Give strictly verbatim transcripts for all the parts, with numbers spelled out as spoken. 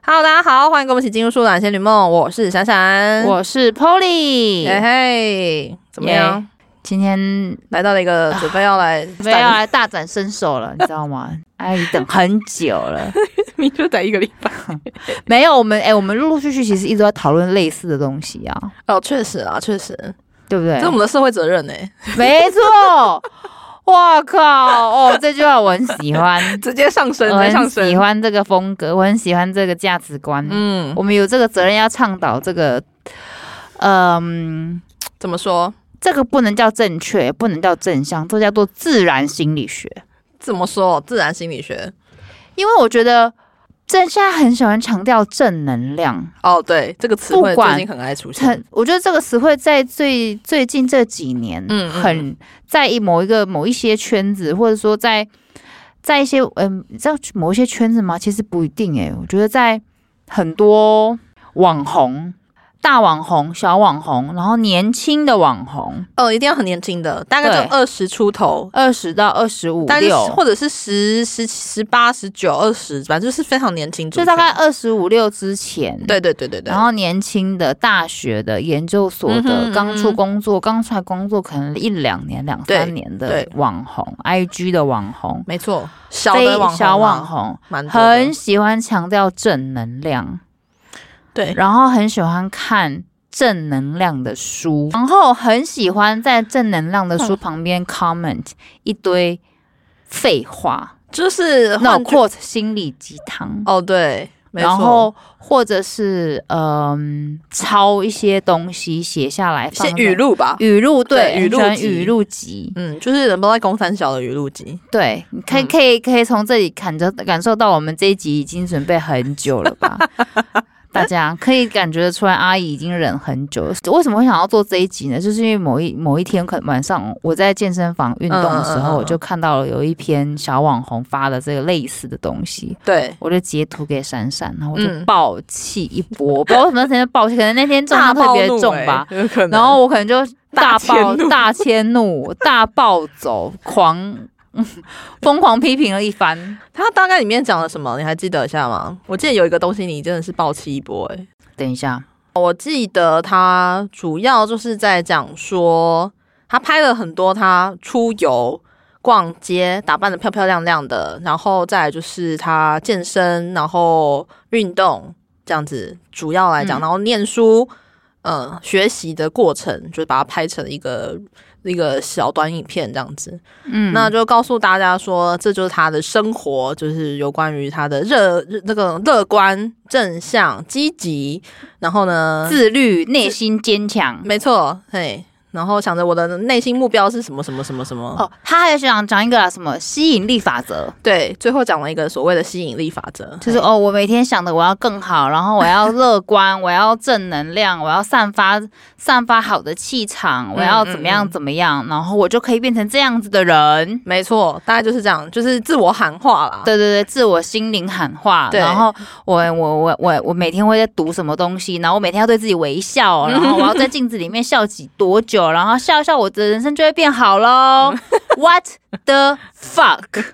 Hello， 大家好，欢迎跟我们一起进入《舒懒仙女梦》，我是闪闪， 我是 Polly， 嘿嘿，怎么样？ Yeah, 今天来到了一个准备要来、 准备要来大展身手了，你知道吗？阿姨等很久了， 你就等一个礼拜。 没有，我们哎、欸，我们陆陆续续其实一直在讨论类似的东西啊。 哦，确实啊，确实， 对不对？ 这是我们的社会责任呢、欸。 没错。哇靠！哦，这句话我很喜欢， 直接上升， 我很上升喜欢这个风格，我很喜欢这个价值观。嗯，我们有这个责任要倡导这个，嗯， 怎么说？ 这个不能叫正确，也不能叫正向，这叫做自然心理学。 怎么说？自然心理学？ 因为我觉得。现在很喜欢强调正能量哦，对，这个词汇最近很爱出现。 我觉得这个词汇在最最近这几年，嗯，很在某一个某一些圈子，或者说在在一些嗯，你知道某一些圈子吗？其实不一定哎、欸。我觉得在很多网红、大网红、小网红，然后年轻的网红， 哦，一定要很年轻的，大概就二十出头， 二十到二十五六， 或者是十、十、十八、十九、二十，反正就是非常年轻， 就大概二十五六之前。 对对对对对。 然后年轻的、大学的、研究所的、刚、嗯、出工作、刚出来工作，可能一两年、两三年的网红 ，I G 的网红， 没错，小的网红、啊， 小网红，很喜欢强调正能量。 对， 然后很喜欢看正能量的书，然后很喜欢在正能量的书旁边 comment 一堆废话， 就是那种 quote 心理鸡汤。 哦，对，没错。 然后或者是嗯，抄一些东西写下来， 写语录吧， 语录对， 语录集，语录集， 嗯，就是人都在公三小的语录集。 对，你可以、嗯、可以可以从这里感受感受到我们这一集已经准备很久了吧。大家可以感觉得出来，阿姨已经忍很久了。为什么会想要做这一集呢？就是因为某一某一天，可能晚上我在健身房运动的时候，嗯嗯嗯我就看到了有一篇小网红发的这个类似的东西。 对， 我就截图给闪闪，然后我就爆气一波。我、嗯、不知道为什么那天爆气，可能那天重量特别重吧。 欸、 然后我可能就大爆、大迁怒、大暴走、狂。疯狂批评了一番。 他大概里面讲了什么？你还记得一下吗？我记得有一个东西，你真的是爆气一波哎、欸。 等一下， 我记得他主要就是在讲说，他拍了很多他出游、逛街，打扮得漂漂亮亮的，然后再来就是他健身，然后运动这样子，主要来讲，嗯、然后念书，呃，学习的过程，就是把它拍成一个。一个小短影片这样子，嗯，那就告诉大家说，这就是他的生活，就是有关于他的热那个乐观、正向、积极，然后呢， 自律、内心坚强， 没错，嘿。然后想着我的内心目标是什么什么什么什么哦，他还想讲一个什么吸引力法则， 对，最后讲了一个所谓的吸引力法则， 就是哦，我每天想的我要更好，然后我要乐观，我要正能量，我要散发散发好的气场，我要怎么样怎么样，嗯嗯嗯然后我就可以变成这样子的人。 没错，大概就是这样，就是自我喊话啦。 对对对，自我心灵喊话。然后我我我我我每天会在读什么东西，然后我每天要对自己微笑，然后我要在镜子里面笑几多久。然后笑一笑，我的人生就会变好咯。What the fuck？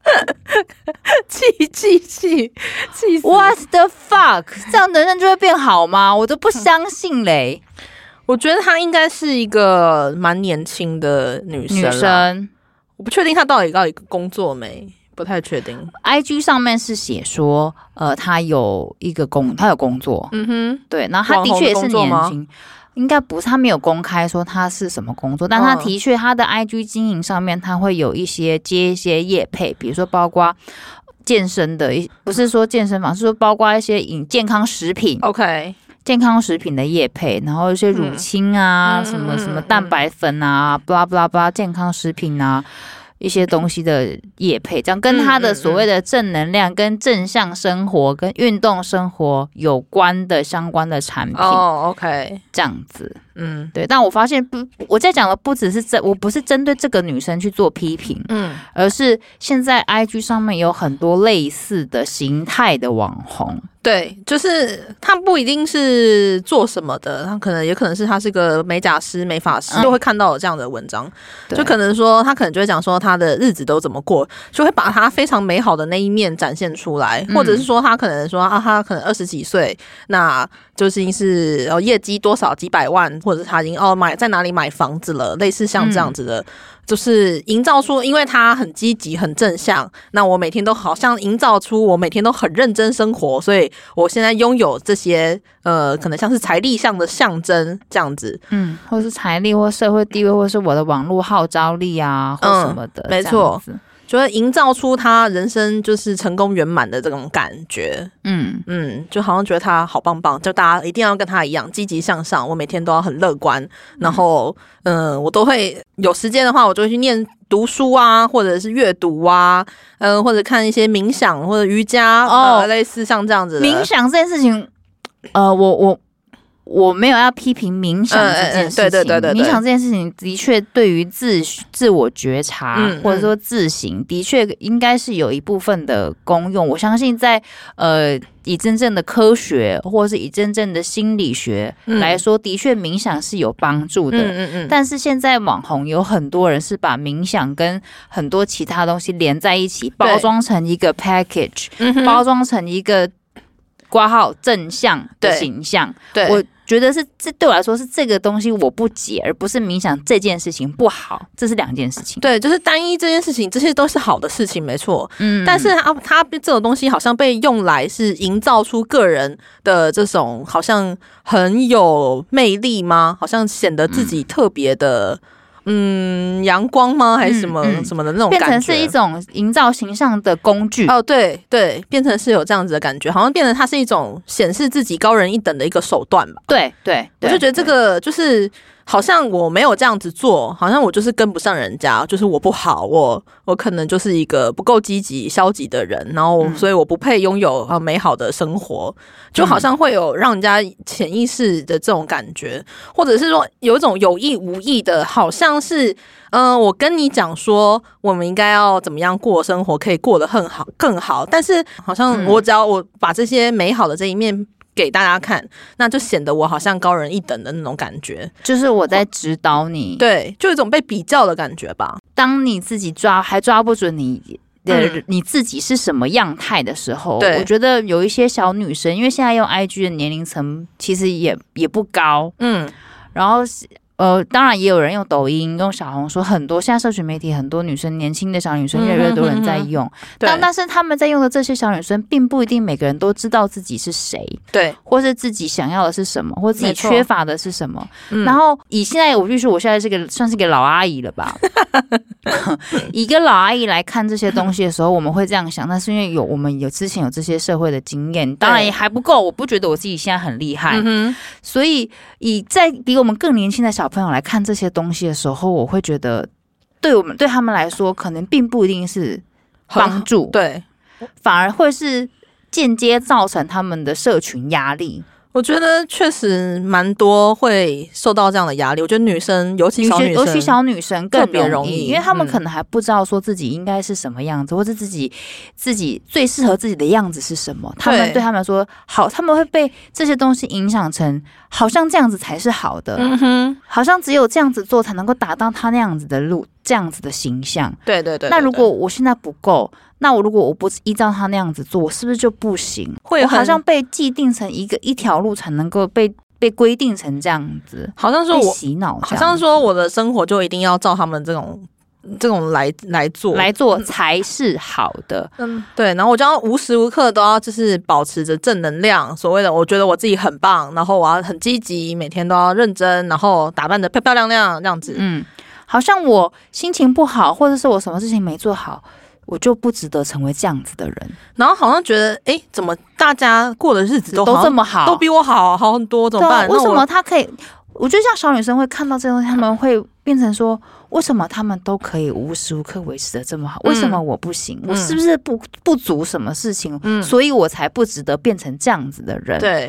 气气气气死 ！What the fuck？ 这样人生就会变好吗？我都不相信嘞。 我觉得她应该是一个蛮年轻的女生，女生，我不确定她到底到底工作没。不太确定 ，I G 上面是写说，呃，他有一个工，他有工作，嗯哼，对，然后他的确也是年轻，应该不是，他没有公开说他是什么工作，但他的确他的 I G 经营上面，他会有一些接一些业配，比如说包括健身的，不是说健身房，是说包括一些饮健康食品 ，OK。 健康食品的业配，然后一些乳清啊，嗯、什么什么蛋白粉啊，巴拉巴拉巴拉，健康食品啊。一些东西的业配，这样跟他的所谓的正能量、跟正向生活、跟运动生活有关的相关的产品哦 ，OK， 这样子。 嗯，对。但我发现不，我在讲的不只是这，我不是针对这个女生去做批评，嗯，而是现在 I G 上面有很多类似的形态的网红。 对，就是他不一定是做什么的，他可能也可能是他是个美甲师、美发师，就会看到有这样的文章，嗯、就可能说他可能就会讲说他的日子都怎么过，就会把他非常美好的那一面展现出来，嗯、或者是说他可能说啊，他可能二十几岁，那就是是哦业绩多少几百万，或者是他已经哦买在哪里买房子了，类似像这样子的。嗯就是营造出，因为他很积极、很正向，那我每天都好像营造出我每天都很认真生活，所以我现在拥有这些呃，可能像是财力上的象征这样子， 嗯，或是财力或社会地位，或是我的网络号召力啊，或什么的， 嗯、没错。就会营造出他人生就是成功圆满的这种感觉，嗯嗯，就好像觉得他好棒棒，就大家一定要跟他一样积极向上。我每天都要很乐观，然后嗯、呃，我都会有时间的话，我就会去念读书啊，或者是阅读啊，嗯、呃，或者看一些冥想或者瑜伽，哦、呃，类似像这样子的。 冥想这件事情，呃，我我。我没有要批评冥想这件事情，嗯嗯、对对对对对，冥想这件事情的确对于自自我觉察、嗯、或者说自省，的确应该是有一部分的功用。我相信在呃以真正的科学或者是以真正的心理学来说，嗯、的确冥想是有帮助的。嗯嗯嗯。但是现在网红有很多人是把冥想跟很多其他东西连在一起，包装成一个 package，、嗯、包装成一个括号正向的形象。对，对我。觉得是这对我来说是这个东西我不解，而不是冥想这件事情不好，这是两件事情。 对，就是单一这件事情，这些都是好的事情，没错。嗯，但是它它这种东西好像被用来是营造出个人的这种好像很有魅力吗？好像显得自己特别的。嗯嗯，阳光吗？还是什么、嗯嗯、什么的那种感觉？ 变成是一种营造形象的工具哦，对对，变成是有这样子的感觉，好像变成它是一种显示自己高人一等的一个手段吧。 对对， 我就觉得这个就是好像我没有这样子做，好像我就是跟不上人家，就是我不好，我我可能就是一个不够积极、消极的人，然后所以我不配拥有呃美好的生活，就好像会有让人家潜意识的这种感觉，或者是说有一种有意无意的，好像是嗯、呃，我跟你讲说我们应该要怎么样过生活，可以过得更好更好，但是好像我只要我把这些美好的这一面给大家看，那就显得我好像高人一等的那种感觉， 就是我在指导你， 对，就有一种被比较的感觉吧。 当你自己抓还抓不准你的、嗯、你自己是什么样态的时候，我觉得有一些小女生，因为现在用 I G 的年龄层其实也也不高，嗯，然后呃，当然也有人用抖音、用小红书，很多现在社群媒体很多女生，年轻的小女生越来越多人在用。嗯、但但是他们在用的这些小女生，并不一定每个人都知道自己是谁，对，或是自己想要的是什么，或自己缺乏的是什么。然后以现在我必须，我现在是个算是个老阿姨了吧？以一个老阿姨来看这些东西的时候，我们会这样想，那是因为有我们有之前有这些社会的经验，当然也还不够。我不觉得我自己现在很厉害，嗯、所以以在比我们更年轻的小朋友来看这些东西的时候，我会觉得对我们对他们来说，可能并不一定是帮助， 对， 反而会是间接造成他们的社群压力。 我觉得确实蛮多会受到这样的压力。我觉得女生，尤其小女生， 尤其小女生更别容易，因为她们可能还不知道说自己应该是什么样子，嗯、或者自己自己最适合自己的样子是什么。他们对他们来说，好，他们会被这些东西影响成，好像这样子才是好的，嗯哼，好像只有这样子做才能够达到他那样子的路，这样子的形象。 对对 对, 对。 那如果我现在不够。那我如果我不依照他那样子做，我是不是就不行？会我好像被既定成一个一条路才能够被被规定成这样子， 好像说我洗脑， 好像说我的生活就一定要照他们这种这种来来做来做才是好的。 嗯，对。然后我就要无时无刻都要就是保持着正能量，所谓的我觉得我自己很棒，然后我要很积极，每天都要认真，然后打扮得漂漂亮亮这样子。嗯， 好像我心情不好，或者是我什么事情没做好。我就不值得成为这样子的人， 然后好像觉得，哎，怎么大家过的日子都都这么好， 都比我好好很多，怎么办？ 为什么他可以？我觉得像小女生会看到这东西，他们会变成说，为什么他们都可以无时无刻维持的这么好？为什么我不行？嗯、我是不是不不足什么事情？嗯、所以我才不值得变成这样子的人？ 对。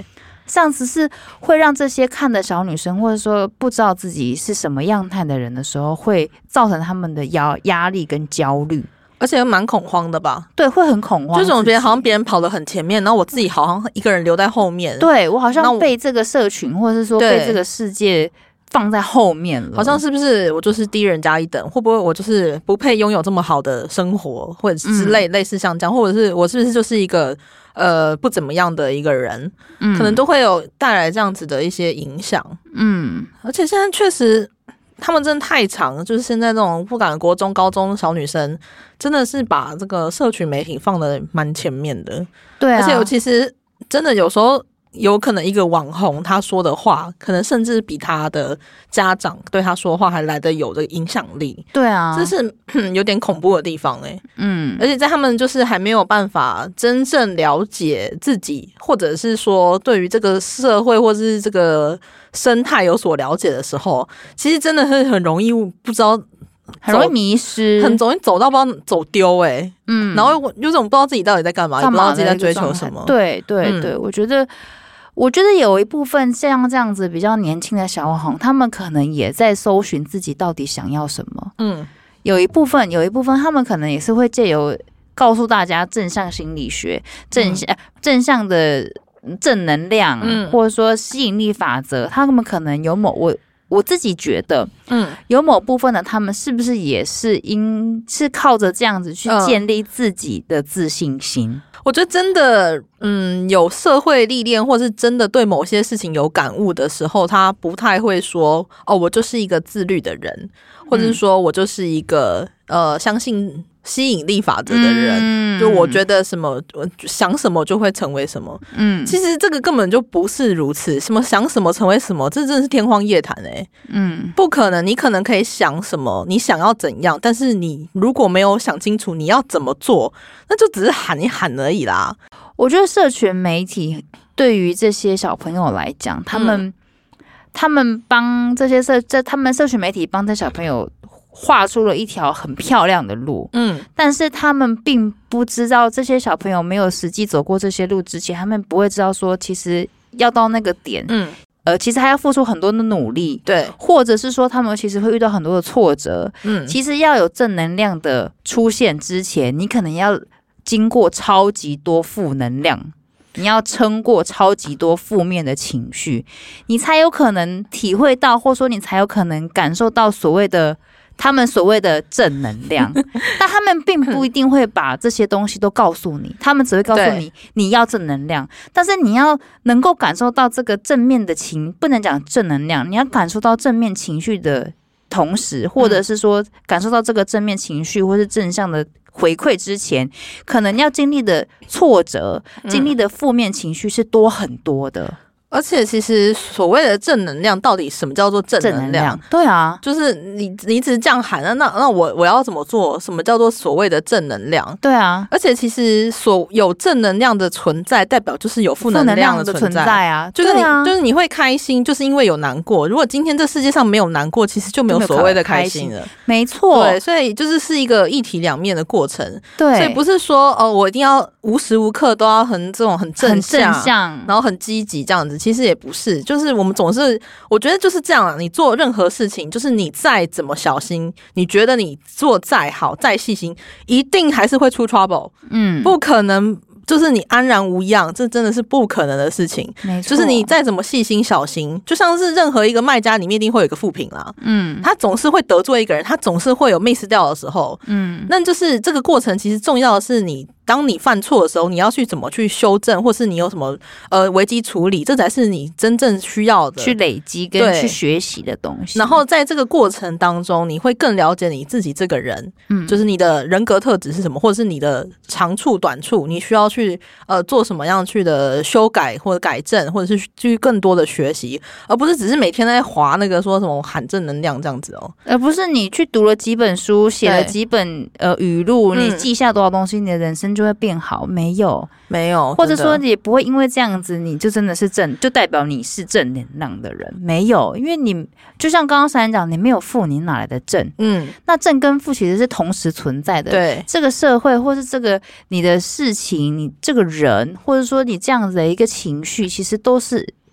这样子是会让这些看的小女生，或者说不知道自己是什么样态的人的时候，会造成他们的压压力跟焦虑。 而且蛮恐慌的吧？ 对，会很恐慌， 就总觉得好像别人跑得很前面，然后我自己好像一个人留在后面。 对，我好像被这个社群，或者是说被这个世界放在后面了。 好像是不是我就是低人家一等？会不会我就是不配拥有这么好的生活，或者之类、嗯、类似像这样，或者是我是不是就是一个呃不怎么样的一个人？嗯，可能都会有带来这样子的一些影响。嗯，而且现在确实。他们真的太长，就是现在这种不管国中、高中小女生，真的是把这个社群媒体放得蛮前面的。 对啊， 而且我其实真的有时候有可能一个网红他说的话，可能甚至比他的家长对他说话还来得有的影响力。 对啊， 这是有点恐怖的地方哎、欸。嗯，而且在他们就是还没有办法真正了解自己，或者是说对于这个社会或是这个生态有所了解的时候，其实真的是很容易不知道， 很容易迷失， 很容易走到不知道走丢哎、欸。嗯，然后有种不知道自己到底在干嘛，也不知道自己在追求什么。 对对对、嗯，我觉得。我觉得有一部分像这样子比较年轻的小网红，他们可能也在搜寻自己到底想要什么。嗯，有一部分，有一部分他们可能也是会借由告诉大家正向心理学、正向、嗯、正向的正能量、嗯，或者说吸引力法则，他们可能有某我我自己觉得，嗯，有某部分的他们是不是也是因是靠着这样子去建立自己的自信心？嗯， 我觉得真的，嗯，有社会历练，或是真的对某些事情有感悟的时候，他不太会说哦，我就是一个自律的人，或者是说我就是一个呃相信吸引力法则的人。嗯，就我觉得什么，我想什么就会成为什么。嗯，其实这个根本就不是如此，什么想什么成为什么，这真的是天方夜谭哎。嗯，不可能，你可能可以想什么，你想要怎样，但是你如果没有想清楚你要怎么做，那就只是喊一喊而已啦。 我觉得社群媒体对于这些小朋友来讲，他们、嗯、他们帮这些社这他们社群媒体帮这小朋友画出了一条很漂亮的路，嗯，但是他们并不知道，这些小朋友没有实际走过这些路之前，他们不会知道说，其实要到那个点，嗯，呃，其实还要付出很多的努力， 对， 或者是说他们其实会遇到很多的挫折，嗯，其实要有正能量的出现之前，你可能要经过超级多负能量，你要撑过超级多负面的情绪，你才有可能体会到，或者说你才有可能感受到所谓的他们所谓的正能量。但他们并不一定会把这些东西都告诉你，他们只会告诉你你要正能量，但是你要能够感受到这个正面的情，不能讲正能量，你要感受到正面情绪的同时，或者是说感受到这个正面情绪或是正向的回馈之前，可能要经历的挫折、经历的负面情绪是多很多的。 而且其实所谓的正能量，到底什么叫做正能量？ 正能量对啊， 就是你你只是这样喊，那那我我要怎么做？什么叫做所谓的正能量？ 对啊， 而且其实所有正能量的存在，代表就是有负能量的存 在, 存在啊。 就是你、 啊、 就是你会开心，就是因为有难过。如果今天这世界上没有难过，其实就没有所谓的开心了。 没错， 对，所以就是是一个一体两面的过程。 对， 所以不是说哦，我一定要无时无刻都要很这种很正向， 很正向然后很积极这样子。其实也不是。就是我们总是，我觉得就是这样啊。你做任何事情，就是你再怎么小心，你觉得你做再好、再细心，一定还是会出 trouble。嗯，不可能。就是你安然无恙，这真的是不可能的事情。 没错， 就是你再怎么细心小心，就像是任何一个卖家里面一定会有一个负评啦。嗯，他总是会得罪一个人，他总是会有 miss 掉的时候。嗯，那就是这个过程，其实重要的是你。当你犯错的时候，你要去怎么去修正，或是你有什么呃危机处理，这才是你真正需要的去累积跟去学习的东西。 然后在这个过程当中，你会更了解你自己这个人，嗯，就是你的人格特质是什么，或者是你的长处短处，你需要去呃做什么样去的修改或者改正，或者是去更多的学习，而不是只是每天在滑那个说什么喊正能量这样子哦， 而不是你去读了几本书，写了几本呃语录，你记下多少东西，你的人生就会变好。没有没有， 或者说也不会因为这样子你就真的是正，就代表你是正能量的人。没有，因为你就像刚刚珊讲，你没有负，你哪来的正？嗯，那正跟负其实是同时存在的。 对， 这个社会或是这个你的事情，你这个人，或者说你这样子的一个情绪，其实都是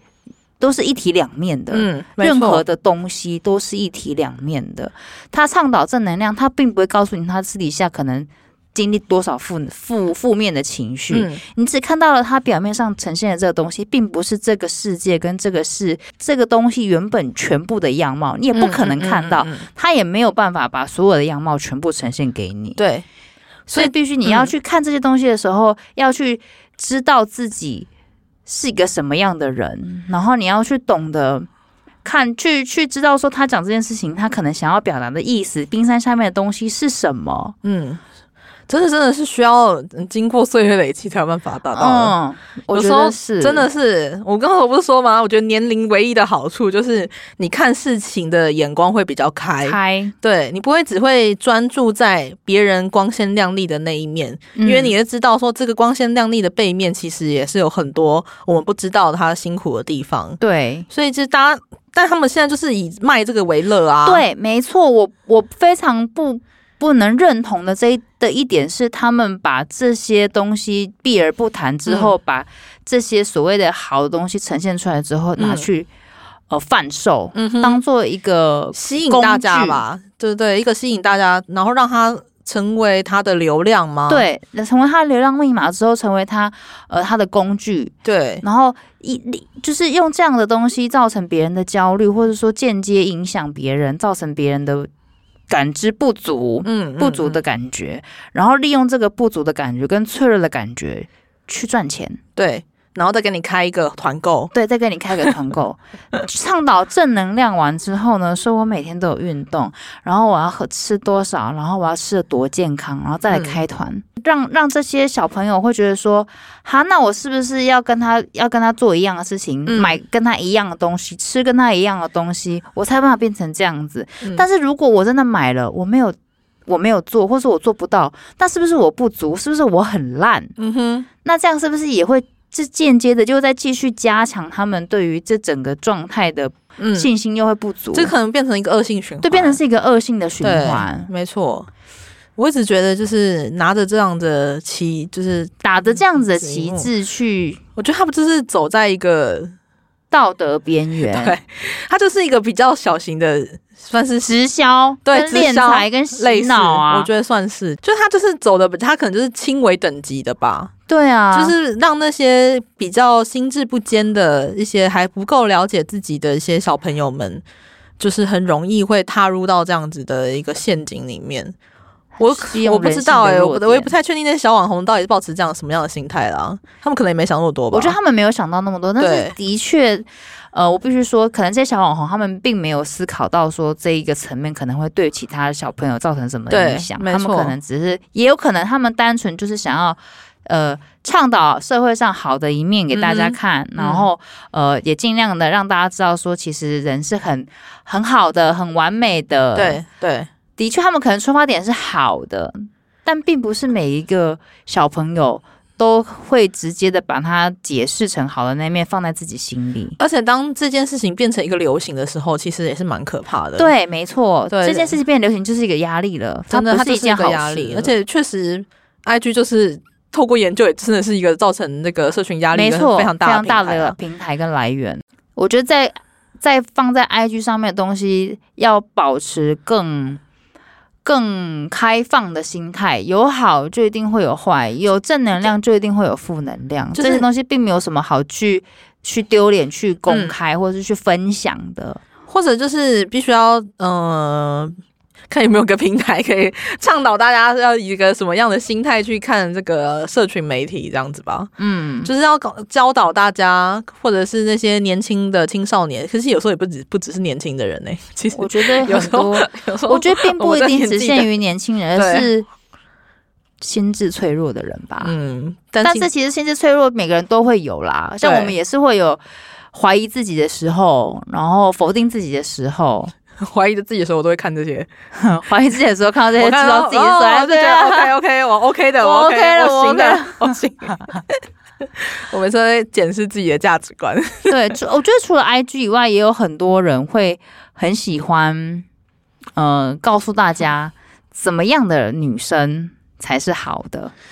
都是一体两面的， 嗯， 任何的东西都是一体两面的。他倡导正能量，他并不会告诉你他私底下可能经历多少负负负面的情绪，嗯，你只看到了他表面上呈现的这个东西，并不是这个世界跟这个是这个东西原本全部的样貌，你也不可能看到，嗯嗯嗯嗯，他也没有办法把所有的样貌全部呈现给你。 对， 所以必须你要去看这些东西的时候，嗯，要去知道自己是一个什么样的人，然后你要去懂得看，去去知道说他讲这件事情，他可能想要表达的意思，冰山下面的东西是什么。 嗯，真的真的是需要经过岁月累积才有办法达到的。 嗯，我觉得是， 真的是。我刚才不是说吗？我觉得年龄唯一的好处就是你看事情的眼光会比较开， 开， 对，你不会只会专注在别人光鲜亮丽的那一面，嗯，因为你会知道说这个光鲜亮丽的背面其实也是有很多我们不知道他辛苦的地方。 对， 所以就是大家，但他们现在就是以卖这个为乐啊。 对，没错，我我非常不。不能认同的这一的一点是，他们把这些东西避而不谈之后，嗯，把这些所谓的好的东西呈现出来之后，拿去，嗯，呃贩售，嗯，当做一个吸引大家吧，对对，一个吸引大家，然后让他成为他的流量吗？ 对，成为他的流量密码之后，成为他呃他的工具， 对，然后一就是用这样的东西造成别人的焦虑，或者说间接影响别人，造成别人的感知不足，嗯，不足的感觉，嗯嗯，然后利用这个不足的感觉跟脆弱的感觉去赚钱， 对，然后再给你开一个团购， 对，再给你开个团购。倡导正能量完之后呢，说我每天都有运动，然后我要喝吃多少，然后我要吃的多健康，然后再来开团，嗯，让让这些小朋友会觉得说，哈，那我是不是要跟他要跟他做一样的事情，嗯，买跟他一样的东西，吃跟他一样的东西，我才办法变成这样子。嗯，但是如果我真的买了，我没有我没有做，或是我做不到，那是不是我不足？是不是我很烂？嗯哼，那这样是不是也会？是间接的，就在继续加强他们对于这整个状态的信心又会不足，嗯， 这可能变成一个恶性循环， 对，变成是一个恶性的循环， 没错。我一直觉得，就是拿着这样的旗，就是打着这样子的旗帜去， 我觉得他们就是走在一个道德边缘， 对，他就是一个比较小型的。算是直销， 对， 敛财跟洗脑啊， 我觉得算是，就他就是走的，他可能就是轻微等级的吧。 对啊， 就是让那些比较心智不坚的一些还不够了解自己的一些小朋友们，就是很容易会踏入到这样子的一个陷阱里面。我我不知道哎、欸，我我也不太确定那些小网红到底是抱持这样什么样的心态啦。他们可能也没想那么多吧。 我觉得他们没有想到那么多，但是的确。呃，我必须说，可能这些小网红他们并没有思考到说这一个层面可能会对其他小朋友造成什么影响，他们可能只是，也有可能他们单纯就是想要呃倡导社会上好的一面给大家看，嗯、然后呃也尽量的让大家知道说，其实人是很很好的、很完美的。 对对， 的确，他们可能出发点是好的，但并不是每一个小朋友都会直接的把它解释成好的那一面放在自己心里， 而且当这件事情变成一个流行的时候，其实也是蛮可怕的。 对，没错，这件事情变成流行就是一个压力了， 真的， 它不是一件好压力。而且确实 ，I G 就是透过研究，也真的是一个造成那个社群压力没错非常大的、啊、 非常大的平台跟来源。我觉得在在放在 I G 上面的东西，要保持更。更开放的心态，有好就一定会有坏，有正能量就一定会有负能量，就是、这些东西并没有什么好去去丢脸、去公开、嗯、或者是去分享的， 或者就是必须要呃，看有没有个平台可以倡导大家要以一个什么样的心态去看这个社群媒体这样子吧。嗯，就是要教导大家，或者是那些年轻的青少年，可是有时候也不只不只是年轻的人呢、欸。其实我觉得很多，我觉得并不一定只限于年轻人，而是心智脆弱的人吧。嗯，但, 但是其实心智脆弱每个人都会有啦，像我们也是会有怀疑自己的时候，然后否定自己的时候。 怀疑着自己的时候，我都会看这些。 怀疑自己的时候，看到这些，知道自己是谁， 就觉得 OK OK， 我 OK 的，我 OK 的， 我行的，我行。我每次都会检视自己的价值观。 对，我觉得除了 I G 以外，也有很多人会很喜欢，呃，告诉大家怎么样的女生才是好的。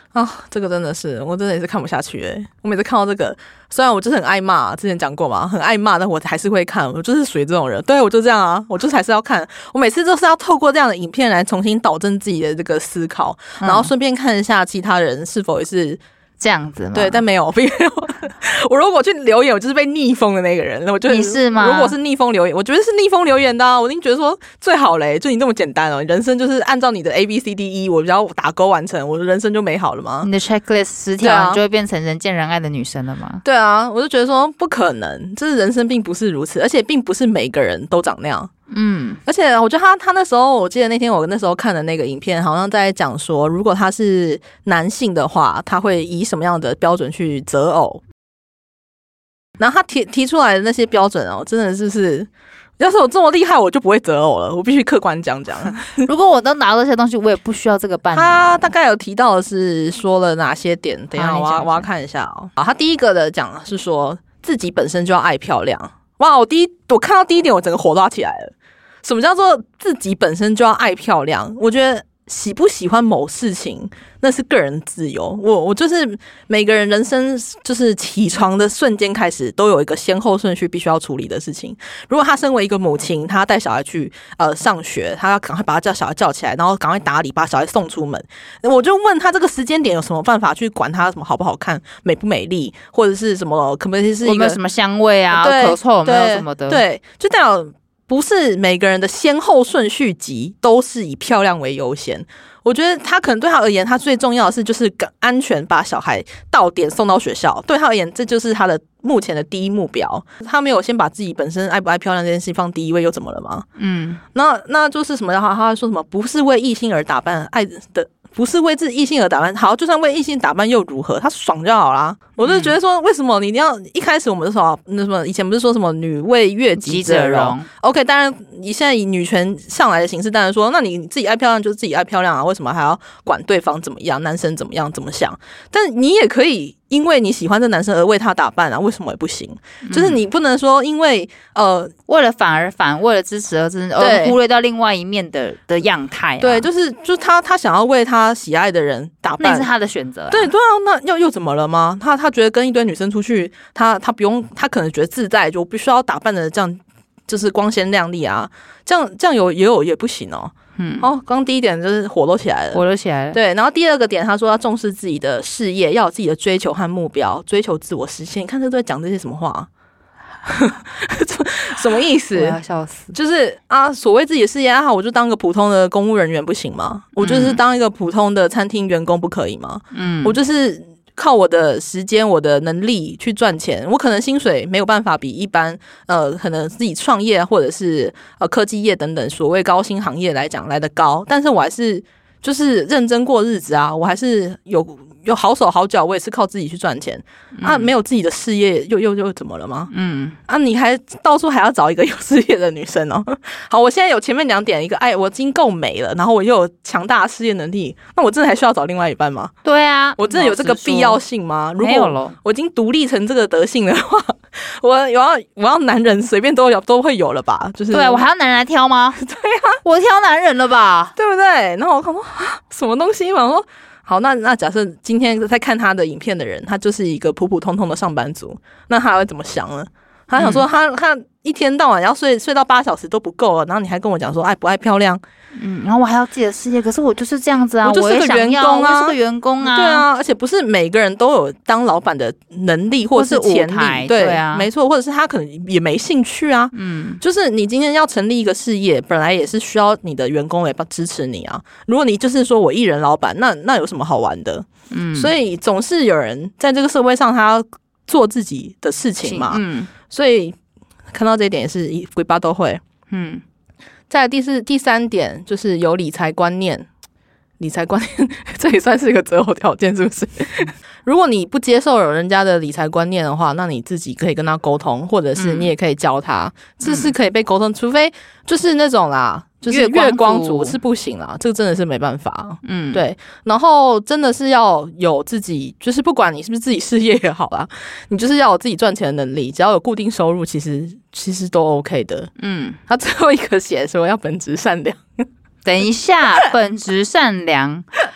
啊，这个真的是我真的也是看不下去哎、欸！我每次看到这个，虽然我就是很爱骂，之前讲过嘛，很爱骂，但我还是会看。我就是属于这种人，对我就这样啊，我就是还是要看。我每次都是要透过这样的影片来重新导正自己的这个思考，然后顺便看一下其他人是否也是这样子吗？ 对，但没有，因为我如果去留言，我就是被逆风的那个人。我觉得你是吗？ 如果是逆风留言，我觉得是逆风留言的、啊，我已经觉得说最好嘞，就你这么简单哦，人生就是按照你的 A B C D E， 我只要打勾完成，我的人生就美好了吗？ 你的 checklist 十条、啊，你就会变成人见人爱的女生了吗？ 对啊，我就觉得说不可能，就是人生并不是如此，而且并不是每个人都长那样。嗯，而且我觉得他他那时候，我记得那天我那时候看的那个影片，好像在讲说，如果他是男性的话，他会以什么样的标准去择偶？然后他提提出来的那些标准哦，真的就是，要是我这么厉害，我就不会择偶了。我必须客观讲讲。 如果我都拿到这些东西，我也不需要这个伴侣。 他大概有提到的是说了哪些点？等一下，我要我要看一下哦。好，他第一个的讲是说自己本身就要爱漂亮。哇，我第一我看到第一点，我整个火都要起来了。什么叫做自己本身就要爱漂亮？我觉得喜不喜欢某事情那是个人自由。我我就是每个人人生就是起床的瞬间开始都有一个先后顺序必须要处理的事情。如果他身为一个母亲，他带小孩去呃上学，他要赶快把他叫小孩叫起来，然后赶快打理把小孩送出门。我就问他这个时间点有什么办法去管他什么好不好看、美不美丽，或者是什么可不可以是一个有没有什么香味啊、口臭有没有什么的？ 对，就代表不是每个人的先后顺序级都是以漂亮为优先。我觉得他可能对他而言，他最重要的是就是安全把小孩到点送到学校。对他而言，这就是他的目前的第一目标。他没有先把自己本身爱不爱漂亮这件事放第一位，又怎么了吗？嗯，那那就是什么？他他说什么？不是为异性而打扮，爱的。不是为自己异性而打扮，好，就算为异性打扮又如何？他爽就好啦。我就觉得说，为什么你一定要一开始我们就说那什么？以前不是说什么女为悦己者容 ？OK， 当然你现在以女权上来的形式，当然说，那你自己爱漂亮就是自己爱漂亮啊，为什么还要管对方怎么样？男生怎么样怎么想？但你也可以因为你喜欢这男生而为他打扮啊，为什么也不行？嗯、就是你不能说因为呃为了反而反，为了支持而支持，而忽略掉另外一面的的样态、啊。 对，就是就是他他想要为他喜爱的人打扮， 那是他的选择、啊。 对对啊，那又又怎么了吗？他他觉得跟一堆女生出去，他他不用，他可能觉得自在，就不需要打扮的这样，就是光鲜亮丽啊，这样这样有也有也不行哦。嗯，哦，刚第一点就是火都起来了， 火都起来了。 对，然后第二个点，他说要重视自己的事业，要有自己的追求和目标，追求自我实现。你看这都在讲这些什么话、啊？什么意思？ 我要笑死！ 就是啊，所谓自己的事业啊，我就当个普通的公务人员不行吗？我就是当一个普通的餐厅员工不可以吗？嗯，我就是靠我的时间、我的能力去赚钱。我可能薪水没有办法比一般呃，可能自己创业或者是呃科技业等等所谓高薪行业来讲来得高，但是我还是就是认真过日子啊，我还是有。有好手好脚，我也是靠自己去赚钱、嗯、啊！没有自己的事业，又又又怎么了吗？嗯啊，你还到处还要找一个有事业的女生哦。好，我现在有前面两点，一个哎，我已经够美了，然后我又有强大的事业能力，那我真的还需要找另外一半吗？ 对啊， 我真的有这个必要性吗？如果我已经独立成这个德性的话，我要我要男人随便都有都会有了吧？就是对、啊、我还要男人来挑吗？ 对啊， 我挑男人了吧？ 对不对？然后我看说什么东西嘛，我说。好，那那假设今天在看他的影片的人，他就是一个普普通通的上班族，那他会怎么想呢？他想说他，他、嗯、他一天到晚要睡睡到八小时都不够了，然后你还跟我讲说爱不爱漂亮？ 嗯，然后我还要自己的事业，可是我就是这样子啊， 我就是个员工啊， 我是个员工啊， 对啊，而且不是每个人都有当老板的能力或是潜力， 对, 对啊， 没错，或者是他可能也没兴趣啊，嗯，就是你今天要成立一个事业，本来也是需要你的员工来支持你啊。如果你就是说我一人老板，那那有什么好玩的？嗯，所以总是有人在这个社会上，他要做自己的事情嘛，嗯，所以看到这一点也是鬼巴都会，嗯。再来第四、第三点就是有理财观念，理财观念这也算是一个择偶条件，是不是？如果你不接受有人家的理财观念的话，那你自己可以跟他沟通，或者是你也可以教他，嗯、这是可以被沟通，除非就是那种啦。就是月光族是不行啦，这个真的是没办法。嗯，对。然后真的是要有自己，就是不管你是不是自己事业也好啦，你就是要有自己赚钱的能力，只要有固定收入，其实其实都 OK 的。嗯，他最后一个写说要本质善良。 等一下，本质善良。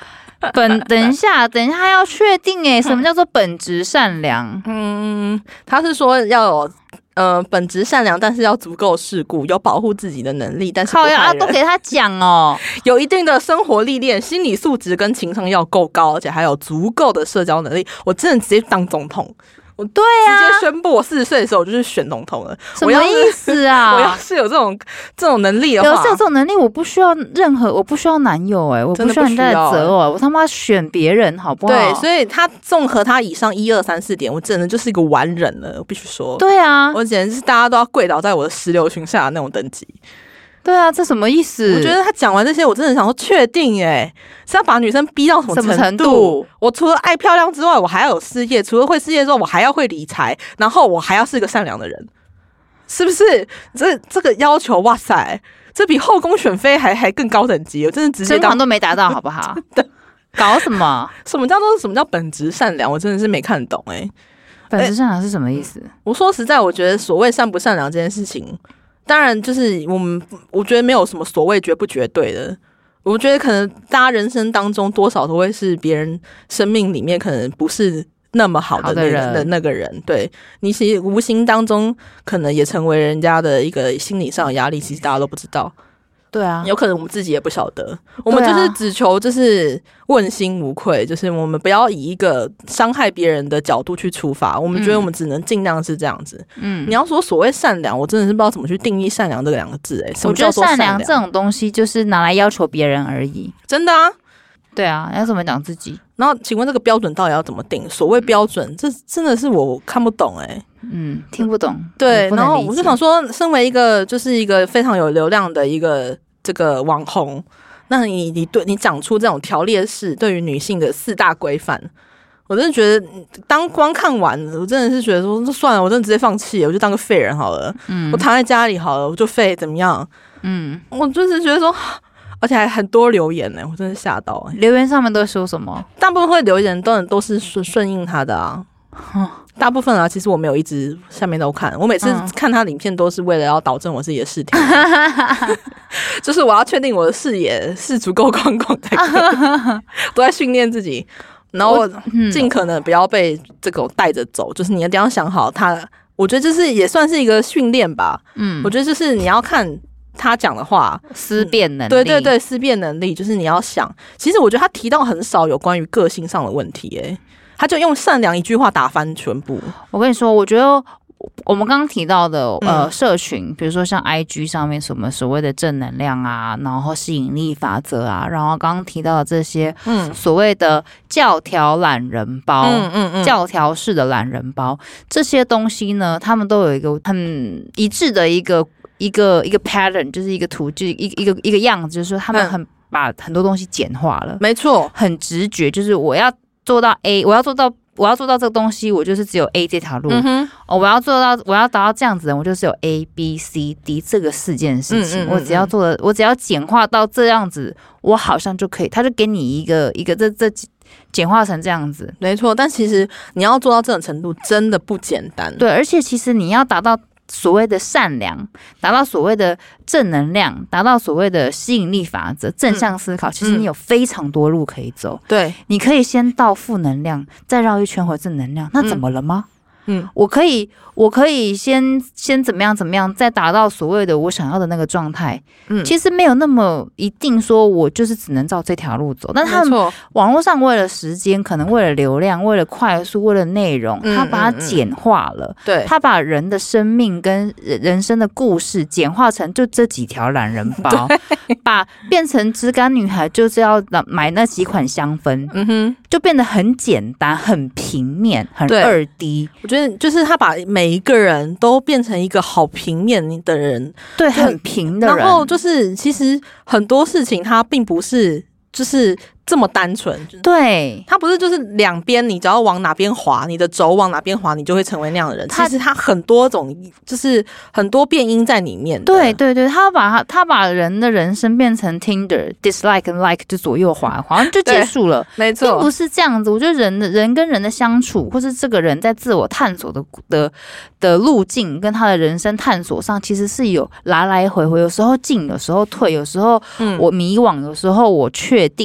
本等一下，等一下要确定哎，什么叫做本质善良？ 嗯，他是说要有呃本质善良，但是要足够世故，有保护自己的能力，但是不害人。 靠呀，都给他讲哦， 有一定的生活历练，心理素质跟情商要够高，而且还有足够的社交能力。我真的直接当总统。我对啊，直接宣布我四十岁的时候我就是选总统了。 什么意思啊？ 我要是有这种这种能力的话， 有是有这种能力，我不需要任何，我不需要男友哎、欸，我不需要人家的择偶、欸，我他妈选别人好不好？ 对，所以他综合他以上一二三四点，我真的就是一个完人了，我必须说。 对啊， 我简直是大家都要跪倒在我的石榴裙下的那种等级。 对啊，这什么意思？ 我觉得他讲完这些，我真的想说，确定哎、欸，是要把女生逼到什么程度？ 程度我除了爱漂亮之外，我还要有事业；除了会事业之外，我还要会理财，然后我还要是个善良的人，是不是？这这个要求，哇塞，这比后宫选妃还还更高等级，我真的直接当甄嬛都没达到，好不好？搞什么？ 什么叫做什么叫本质善良？我真的是没看懂哎、欸。 本质善良是什么意思？ 欸、我说实在，我觉得所谓善不善良这件事情。当然，就是我们，我觉得没有什么所谓绝不绝对的。我觉得可能大家人生当中多少都会是别人生命里面可能不是那么好的那个人的那个人，对你其实无形当中可能也成为人家的一个心理上的压力，其实大家都不知道。 对啊， 有可能我们自己也不晓得，我们就是只求就是问心无愧，就是我们不要以一个伤害别人的角度去出发，我们觉得我们只能尽量是这样子。嗯，你要说所谓善良，我真的是不知道怎么去定义善良这两个字、欸。哎， 我觉得善良这种东西就是拿来要求别人而已， 真的啊。 对啊，要怎么讲自己？ 然后，请问这个标准到底要怎么定？所谓标准，这真的是我看不懂哎、欸。 嗯，听不懂。 对，然后我就想说，身为一个就是一个非常有流量的一个这个网红，那你你对你讲出这种条列式对于女性的四大规范，我真的觉得当光看完，我真的是觉得说，那算了，我真的直接放弃，我就当个废人好了。嗯，我躺在家里好了，我就废怎么样？嗯，我就是觉得说。而且还很多留言呢、欸，我真的吓到、欸。 留言上面都说什么？ 大部分会留言都都是顺顺应他的啊。大部分啊，其实我没有一直下面都看，我每次看他的影片都是为了要导正我自己的视听，就是我要确定我的视野是足够宽广才可以，都在训练自己，然后尽可能不要被这个带着走，就是你一定要想好他。我觉得这是也算是一个训练吧。嗯，我觉得就是你要看。他讲的话， 思辨能力， 对对对，思辨能力就是你要想。其实我觉得他提到很少有关于个性上的问题、欸，哎，他就用善良一句话打翻全部。 我跟你说，我觉得我们刚刚提到的呃社群，比如说像 I G 上面什么所谓的正能量啊，然后吸引力法则啊，然后刚刚提到的这些，嗯，所谓的教条懒人包，嗯嗯嗯，教条式的懒人包，这些东西呢，他们都有一个很一致的一个。一个一个 pattern 就是一个图，就一个一个一个样子，就是说他们很把很多东西简化了， 没错， 很直觉，就是我要做到 A， 我要做到我要做到这个东西，我就是只有 A 这条路。嗯哼，哦，我要做到我要达到这样子的，我就是有 A B C D 这个四件事情，嗯嗯嗯嗯我只要做的，我只要简化到这样子，我好像就可以，他就给你一个一个这这简化成这样子， 没错。但其实你要做到这种程度，真的不简单。 对，而且其实你要达到。所谓的善良，达到所谓的正能量，达到所谓的吸引力法则，正向思考，嗯、其实你有非常多路可以走。 对， 你可以先到负能量，再绕一圈回正能量，那怎么了吗？嗯，我可以，我可以先先怎么样怎么样，再达到所谓的我想要的那个状态。嗯，其实没有那么一定说我就是只能照这条路走，但他们网络上为了时间，可能为了流量，为了快速，为了内容，嗯、他把它简化了。 对、嗯， 他把人的生命跟人生的故事简化成就这几条懒人包，把变成质感女孩就是要买那几款香氛，嗯哼，就变得很简单、很平面、很二 D。 我觉得就是他把每一个人都变成一个好平面的人， 对，很平的人。 然后就是其实很多事情他并不是就是这么单纯， 对， 他不是就是两边你只要往哪边滑，你的轴往哪边滑，你就会成为那样的人。其实他很多种，就是很多变因在里面的。 对对对，他把他他把人的人生变成 Tinder dislike 跟 like 就左右滑，好像就结束了。 没错， 并不是这样子。我觉得人的人跟人的相处，或是这个人在自我探索的的的路径，跟他的人生探索上，其实是有来来回回，有时候进，有时候退，有时候我迷惘，有时候我确定，这个都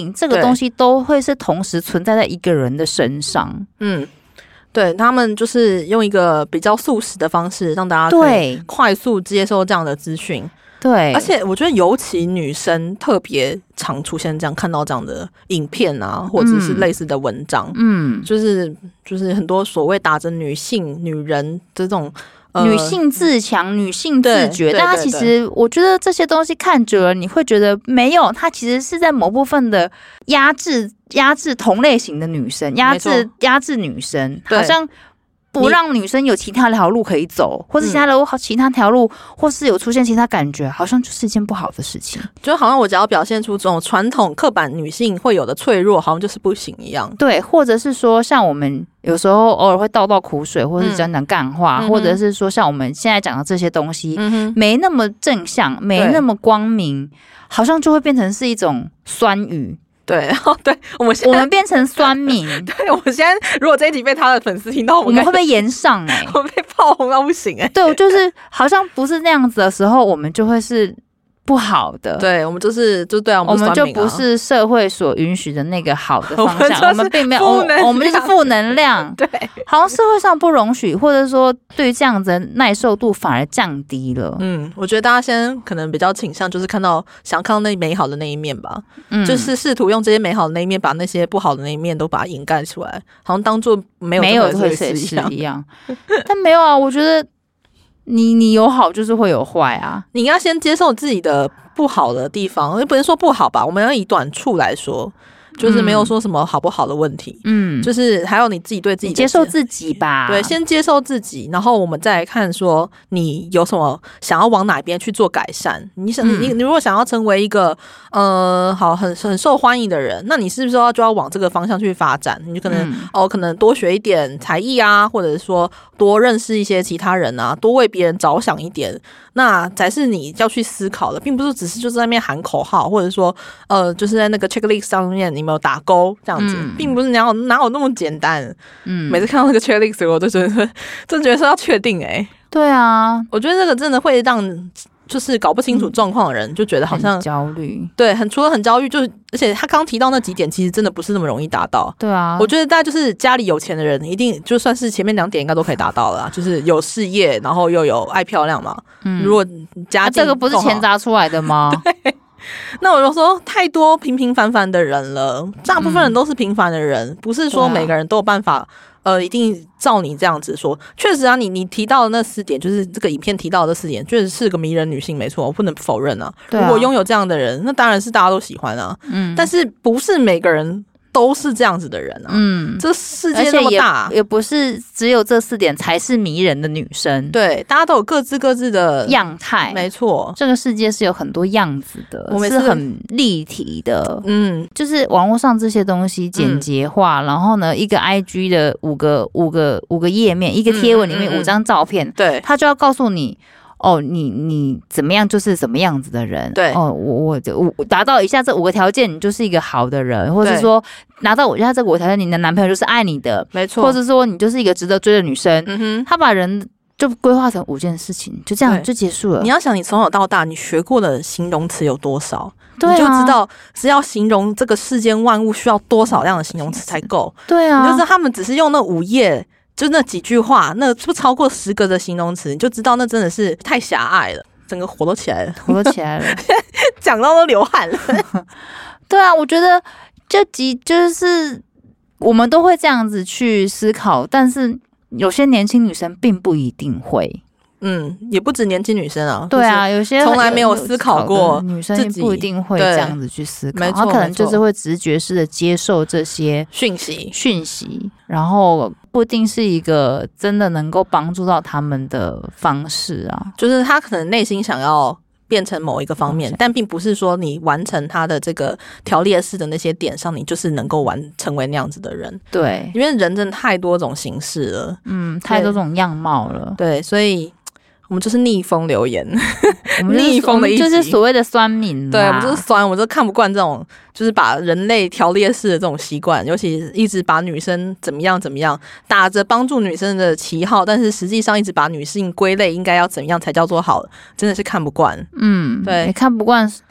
东西都会是同时存在在一个人的身上。 嗯，对，他们就是用一个比较速食的方式，让大家可以快速接受这样的资讯。 对， 而且我觉得尤其女生特别常出现这样看到这样的影片啊，或者是类似的文章，嗯，就是就是很多所谓打着女性、女人这种。呃、 女性自强、女性自觉，但它其实我觉得这些东西看久了，你会觉得没有，它其实是在某部分的压制、压制同类型的女生，压制、压制女生，好像不让女生有其他条路可以走，或是其他的其他条路，或是有出现其他感觉，好像就是一件不好的事情。 就好像我只要表现出这种传统刻板女性会有的脆弱，好像就是不行一样。 对，或者是说像我们有时候偶尔会倒倒苦水，或者是讲讲干话，嗯、或者是说像我们现在讲的这些东西，嗯、没那么正向，没那么光明，好像就会变成是一种酸语。 对，对，我们我们变成酸民。 对，我们现在如果这一集被他的粉丝听到， 我们会被炎上哎、欸， 我们被炮轰到不行哎、欸。 对，就是好像不是那样子的时候，我们就会是不好的。 对，我们就是就对啊， 我们、啊、我们就不是社会所允许的那个好的方向，我 们, 我们并没有，我我们就是负能量。 对， 好像社会上不容许，或者说对于这样子的耐受度反而降低了。 嗯，我觉得大家现在可能比较倾向就是看到想看到那美好的那一面吧，嗯，就是试图用这些美好的那一面把那些不好的那一面都把它掩盖出来，好像当做没有没有这回事一样。但没有啊，我觉得。你你有好就是会有坏啊， 你要先接受自己的不好的地方，也不能说不好吧，我们要以短处来说，就是没有说什么好不好的问题，嗯，就是还有你自己对自己的接受自己吧， 对，先接受自己，然后我们再来看说你有什么想要往哪边去做改善。你想、嗯、你你如果想要成为一个呃好很很受欢迎的人，那你是不是要就要往这个方向去发展？你就可能、嗯、哦，可能多学一点才艺啊，或者是说多认识一些其他人啊，多为别人着想一点。那才是你要去思考的，并不是只是就在那边喊口号，或者说呃，就是在那个 checklist 上面你没有打勾这样子，嗯、并不是哪有哪有那么简单。嗯，每次看到那个 checklist， 我都觉得真觉得是要确定哎、欸。 对啊， 我觉得这个真的会让就是搞不清楚状况的人、嗯、就觉得好像很焦虑。对， 很除了很焦虑，就是而且他刚提到那几点，其实真的不是那么容易达到。 对啊， 我觉得大家就是家里有钱的人，一定就算是前面两点应该都可以达到了啦，就是有事业，然后又有爱漂亮嘛。嗯，如果家境、 啊、这个不是钱砸出来的吗？ 对。那我就说太多平平凡凡的人了，大部分人都是平凡的人，嗯、不是说每个人都有办法。呃，一定照你这样子说，确实啊，你你提到的那四点，就是这个影片提到的四点，确实是个迷人女性，没错，我不能否认啊。啊如果拥有这样的人，那当然是大家都喜欢啊。嗯，但是不是每个人都是这样子的人啊。嗯，这世界那么大， 也, 也不是只有这四点才是迷人的女生。 对，大家都有各自各自的样态， 没错。 这个世界是有很多样子的，我们是很立体的。嗯，就是网络上这些东西简洁化，嗯、然后呢，一个 I G 的五个五个五个页面，一个贴文里面五张照片，对、嗯，他就要告诉你。哦，你你怎么样就是怎么样子的人，对哦，我我我达到以下这五个条件，你就是一个好的人，或者是说拿到我以下这五个条件，你的男朋友就是爱你的，没错，或者说你就是一个值得追的女生。嗯哼，他把人就规划成五件事情，就这样就结束了。 你要想，你从小到大你学过的形容词有多少，对啊、你就知道是要形容这个世间万物需要多少样的形容词才够。 对啊， 你就知道他们只是用那五页。就那几句话，那不超过十个的形容词，你就知道那真的是太狭隘了，整个火都起来了， 火都起来了， 讲到都流汗了。 对啊，我觉得这集就是我们都会这样子去思考，但是有些年轻女生并不一定会。 嗯，也不止年轻女生啊， 对啊，有些从来没有思考过女生也不一定会这样子去思考，她可能就是会直觉式的接受这些讯息讯息，然后不一定是一个真的能够帮助到他们的方式啊， 就是她可能内心想要变成某一个方面，但并不是说你完成他的这个条列式的那些点上，你就是能够完成为那样子的人。对，因为人真的太多种形式了， 嗯，太多种样貌了。 对，所以我们就是逆风留言，我们逆风的一集， 就是所谓的酸民。 对，我们就是酸，我就看不惯这种，就是把人类条列式的这种习惯，尤其一直把女生怎么样怎么样，打着帮助女生的旗号，但是实际上一直把女性归类应该要怎样才叫做好，真的是看不惯。 嗯，对，也看不惯。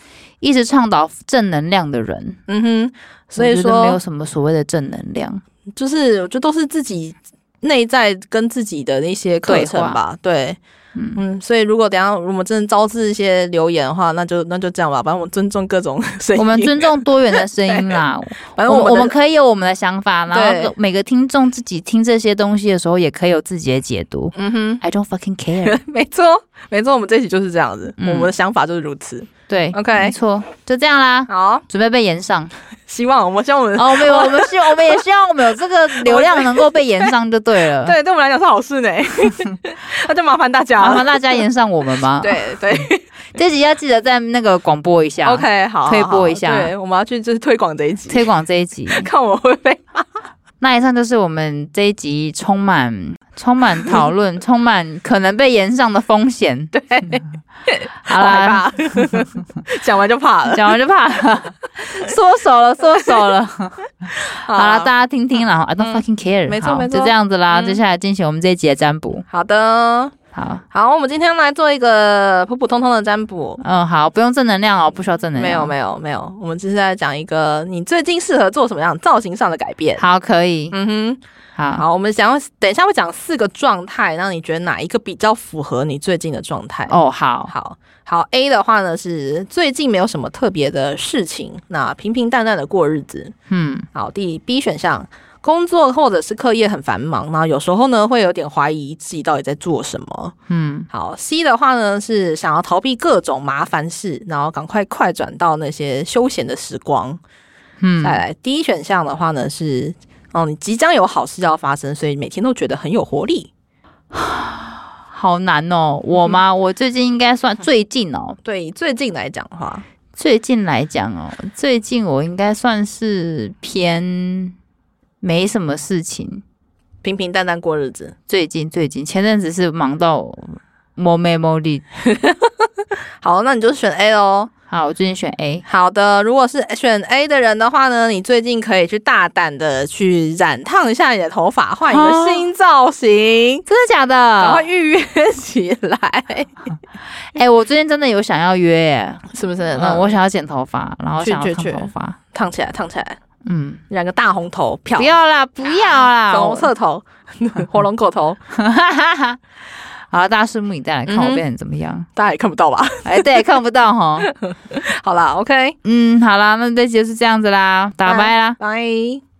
一直倡导正能量的人。 嗯哼，所以说没有什么所谓的正能量， 就是我觉得都是自己内在跟自己的那些课程吧。对。嗯, 嗯，所以如果等一下我们真的招致一些留言的话，那就那就这样吧，反正我们尊重各种声音， 我们尊重多元的声音啦。 反正我 们, 我们可以有我们的想法，然后每个听众自己听这些东西的时候，也可以有自己的解读。嗯哼 ，I don't fucking care 。 没错，没错，我们这一集就是这样子，嗯、我们的想法就是如此。 对 ，OK， 没错，就这样啦。 好， 准备被延上。 希望我们希望我们哦，没有，我们希望我们也希望我们有这个流量能够被延上就对了。 对，对我们来讲是好事呢。那就麻烦大家， 麻烦大家延上我们吗？ 对对， 这集要记得在那个广播一下。 OK， 好， 推播一下。 对，我们要去就是推广这一集， 推广这一集， 看我会被。 那以上就是我们这一集充满充满讨论、充满可能被延上的风险。 对， 好啦， 讲完就怕了， 讲完就怕了，缩手了，缩手了。好了，大家听听啦 ，I don't fucking care。 没错没错， 就这样子啦。接下来进行我们这一集的占卜。 好的。 好好，我们今天来做一个普普通通的占卜。 嗯，好，不用正能量哦，不需要正能量。 没有，没有，没有。我们只是在讲一个你最近适合做什么样造型上的改变。 好，可以。 嗯哼， 好， 好，我们想要等一下会讲四个状态，让你觉得哪一个比较符合你最近的状态？ 哦，好， 好，好。A 的话呢是最近没有什么特别的事情，那平平淡淡的过日子。嗯，好。第 B 选项。工作或者是课业很繁忙，然后有时候呢会有点怀疑自己到底在做什么。嗯，好 ，C 的话呢是想要逃避各种麻烦事，然后赶快快转到那些休闲的时光。嗯，再来 D 选项的话呢是哦，你即将有好事要发生，所以每天都觉得很有活力。 好难哦，我吗？我最近应该算最近哦。 对，最近来讲的话， 最近来讲哦，最近我应该算是偏。没什么事情， 平平淡淡过日子。 最近最近前阵子是忙到没没没力。 好，那你就选 A 咯。 好，我最近选 A。 好的，如果是选 A 的人的话呢，你最近可以去大胆的去染烫一下你的头发，换一个新造型。 真的假的？ 赶快预约起来。 哎、欸，我最近真的有想要约耶， 是不是？ 嗯，我想要剪头发，然后想要烫头发， 烫起来，烫起来。嗯，染个大红头，漂不要啦，不要啦， 粉红色头，火龙果头。 好了，大家拭目以待，来看我变成怎么样。 大家也看不到吧？ 哎，对，看不到齁。 好啦 ，OK， 嗯，好啦，那这集就是这样子啦，打拜啦， 拜。